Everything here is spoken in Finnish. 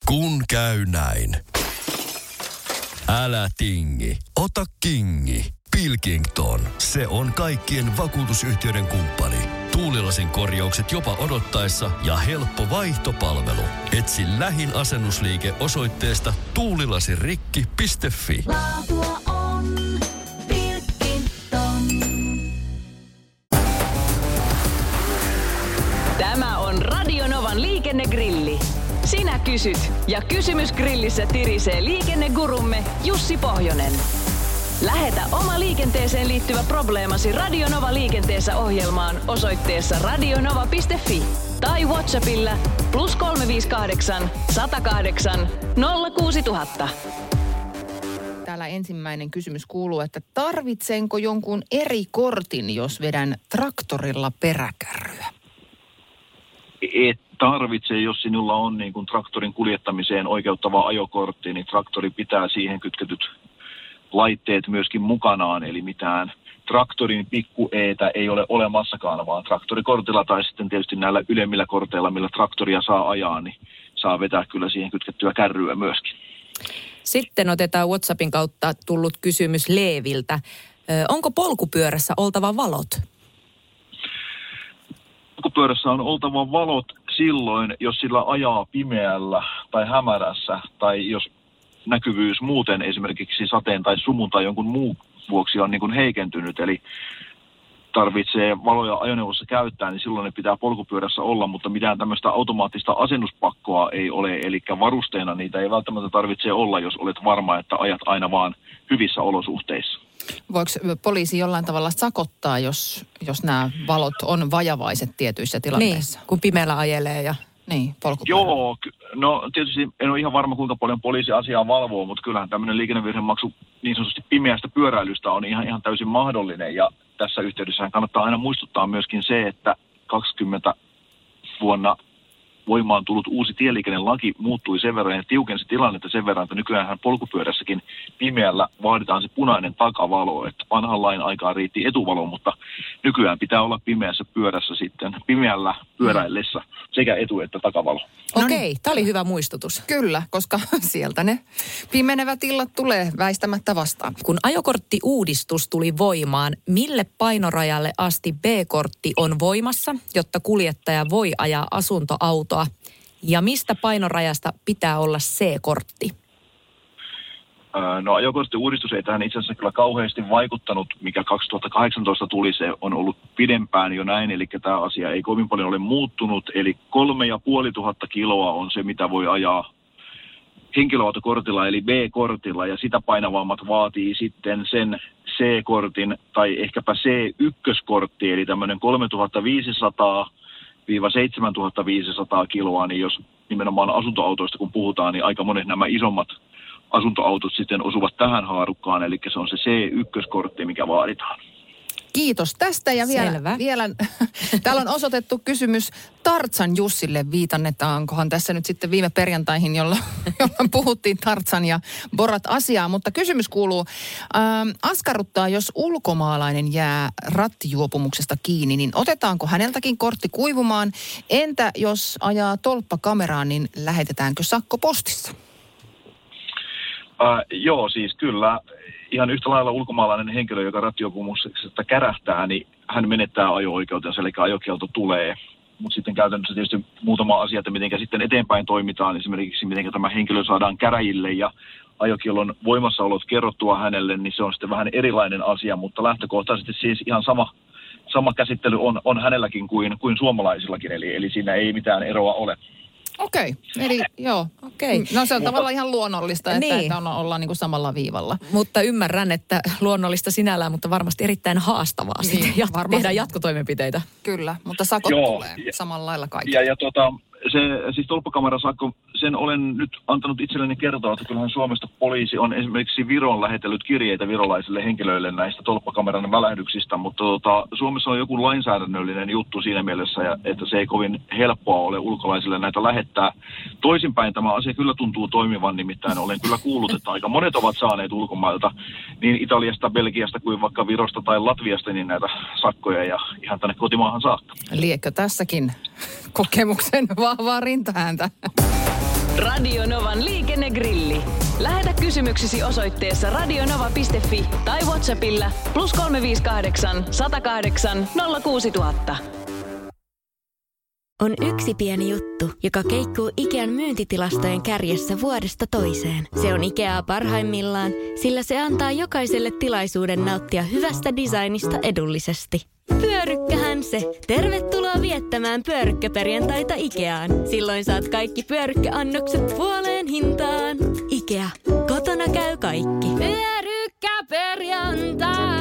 Kun käy näin. Älä tingi, ota kingi. Pilkington, se on kaikkien vakuutusyhtiöiden kumppani. Tuulilasin korjaukset jopa odottaessa ja helppo vaihtopalvelu. Etsi lähin asennusliike osoitteesta tuulilasirikki.fi. Laatua on Pilkington. Tämä on Radio Novan liikennegrilli. Sinä kysyt ja kysymys grillissä tirisee liikennegurumme Jussi Pohjonen. Lähetä oma liikenteeseen liittyvä probleemasi Radio Nova liikenteessä ohjelmaan osoitteessa radionova.fi tai WhatsAppilla +358 108 06000. Täällä ensimmäinen kysymys kuuluu, että tarvitsenko jonkun eri kortin, jos vedän traktorilla peräkärryä? Et tarvitse, jos sinulla on niin kuin traktorin kuljettamiseen oikeuttava ajokortti, niin traktori pitää siihen kytketyt laitteet myöskin mukanaan, eli mitään traktorin pikku-eetä ei ole olemassakaan, vaan traktorikortilla tai sitten tietysti näillä ylemmillä korteilla, millä traktoria saa ajaa, niin saa vetää kyllä siihen kytkettyä kärryä myöskin. Sitten otetaan WhatsAppin kautta tullut kysymys Leeviltä. Onko polkupyörässä oltava valot? Polkupyörässä on oltava valot silloin, jos sillä ajaa pimeällä tai hämärässä, tai jos näkyvyys muuten esimerkiksi sateen tai sumun tai jonkun muun vuoksi on niin kuin heikentynyt, eli tarvitsee valoja ajoneuvossa käyttää, niin silloin ne pitää polkupyörässä olla, mutta mitään tämmöistä automaattista asennuspakkoa ei ole, eli varusteena niitä ei välttämättä tarvitse olla, jos olet varma, että ajat aina vaan hyvissä olosuhteissa. Voiko poliisi jollain tavalla sakottaa, jos nämä valot on vajavaiset tietyissä tilanteissa? Niin, kun pimeällä ajelee ja... Niin, polkupyörä. Joo, no tietysti en ole ihan varma, kuinka paljon poliisi asiaa valvoo, mutta kyllähän tämmöinen liikennevirhemaksu niin sanotusti pimeästä pyöräilystä on ihan täysin mahdollinen. Ja tässä yhteydessä kannattaa aina muistuttaa myöskin se, että 20 vuonna voimaan tullut uusi tieliikennelaki muuttui sen verran ja tiukensi tilannetta sen verran, että nykyään polkupyörässäkin pimeällä vaaditaan se punainen takavalo, että vanhan lain aikaan riitti etuvalo, mutta nykyään pitää olla pimeässä pyörässä sitten, pimeällä pyöräillessä sekä etu- että takavalo. Okei, tämä oli hyvä muistutus. Kyllä, koska sieltä ne pimenevät illat tulee väistämättä vastaan. Kun ajokorttiuudistus tuli voimaan, mille painorajalle asti B-kortti on voimassa, jotta kuljettaja voi ajaa asuntoautoa? Ja mistä painorajasta pitää olla C-kortti? No ajokorttiuudistus ei tähän itse asiassa kyllä kauheasti vaikuttanut, mikä 2018 tuli, se on ollut pidempään jo näin, eli tämä asia ei kovin paljon ole muuttunut, eli 3,500 kiloa on se, mitä voi ajaa henkilöautokortilla, eli B-kortilla, ja sitä painavammat vaatii sitten sen C-kortin tai ehkäpä C1-kortti, eli tämmöinen 3,500–7,500 kiloa, niin jos nimenomaan asuntoautoista kun puhutaan, niin aika monet nämä isommat asuntoautot sitten osuvat tähän haarukkaan, eli se on se C1-kortti, mikä vaaditaan. Kiitos tästä ja vielä täällä on osoitettu kysymys Tarzan Jussille, viitannetaankohan tässä nyt sitten viime perjantaihin, jolla puhuttiin Tarzan ja Borat-asiaa, mutta kysymys kuuluu, askarruttaa, jos ulkomaalainen jää rattijuopumuksesta kiinni, niin otetaanko häneltäkin kortti kuivumaan? Entä jos ajaa tolppakameraan, niin lähetetäänkö sakko postissa? Joo, siis kyllä ihan yhtä lailla ulkomaalainen henkilö, joka rattijuopumuksesta kärähtää, niin hän menettää ajo-oikeutensa, eli ajokielto tulee. Mutta sitten käytännössä tietysti muutama asia, että miten sitten eteenpäin toimitaan, esimerkiksi miten tämä henkilö saadaan käräjille ja ajokiellon voimassaolot kerrottua hänelle, niin se on sitten vähän erilainen asia, mutta lähtökohtaisesti siis ihan sama käsittely on hänelläkin kuin suomalaisillakin, eli siinä ei mitään eroa ole. Okei, eli joo. Okei. No se on tavallaan ihan luonnollista, että ollaan niin kuin samalla viivalla. Mutta ymmärrän, että luonnollista sinällään, mutta varmasti erittäin haastavaa niin, sitten tehdä jatkotoimenpiteitä. Kyllä, mutta sakot tulee samalla lailla kaikille. Ja se siis tolppakamerasakko, sen olen nyt antanut itselleni kertoa, että kyllähän Suomesta poliisi on esimerkiksi Viroon lähetellyt kirjeitä virolaisille henkilöille näistä tolppakameran välähdyksistä, mutta Suomessa on joku lainsäädännöllinen juttu siinä mielessä, että se ei kovin helppoa ole ulkolaisille näitä lähettää. Toisinpäin tämä asia kyllä tuntuu toimivan, nimittäin olen kyllä kuullut, että aika monet ovat saaneet ulkomailta niin Italiasta, Belgiasta kuin vaikka Virosta tai Latviasta niin näitä sakkoja ja ihan tänne kotimaahan saakka. Liekö tässäkin kokemuksen vahvaa rintaääntä? Radio Novan liikennegrilli. Lähetä kysymyksesi osoitteessa radionova.fi tai WhatsAppilla +358 108 06000. On yksi pieni juttu, joka keikkuu Ikean myyntitilastojen kärjessä vuodesta toiseen. Se on Ikeaa parhaimmillaan, sillä se antaa jokaiselle tilaisuuden nauttia hyvästä designista edullisesti. Pyörykkähän se! Tervetuloa viettämään pyörykkäperjantaita Ikeaan. Silloin saat kaikki pyörykkäannokset puoleen hintaan. Ikea. Kotona käy kaikki. Pyörykkäperjantai!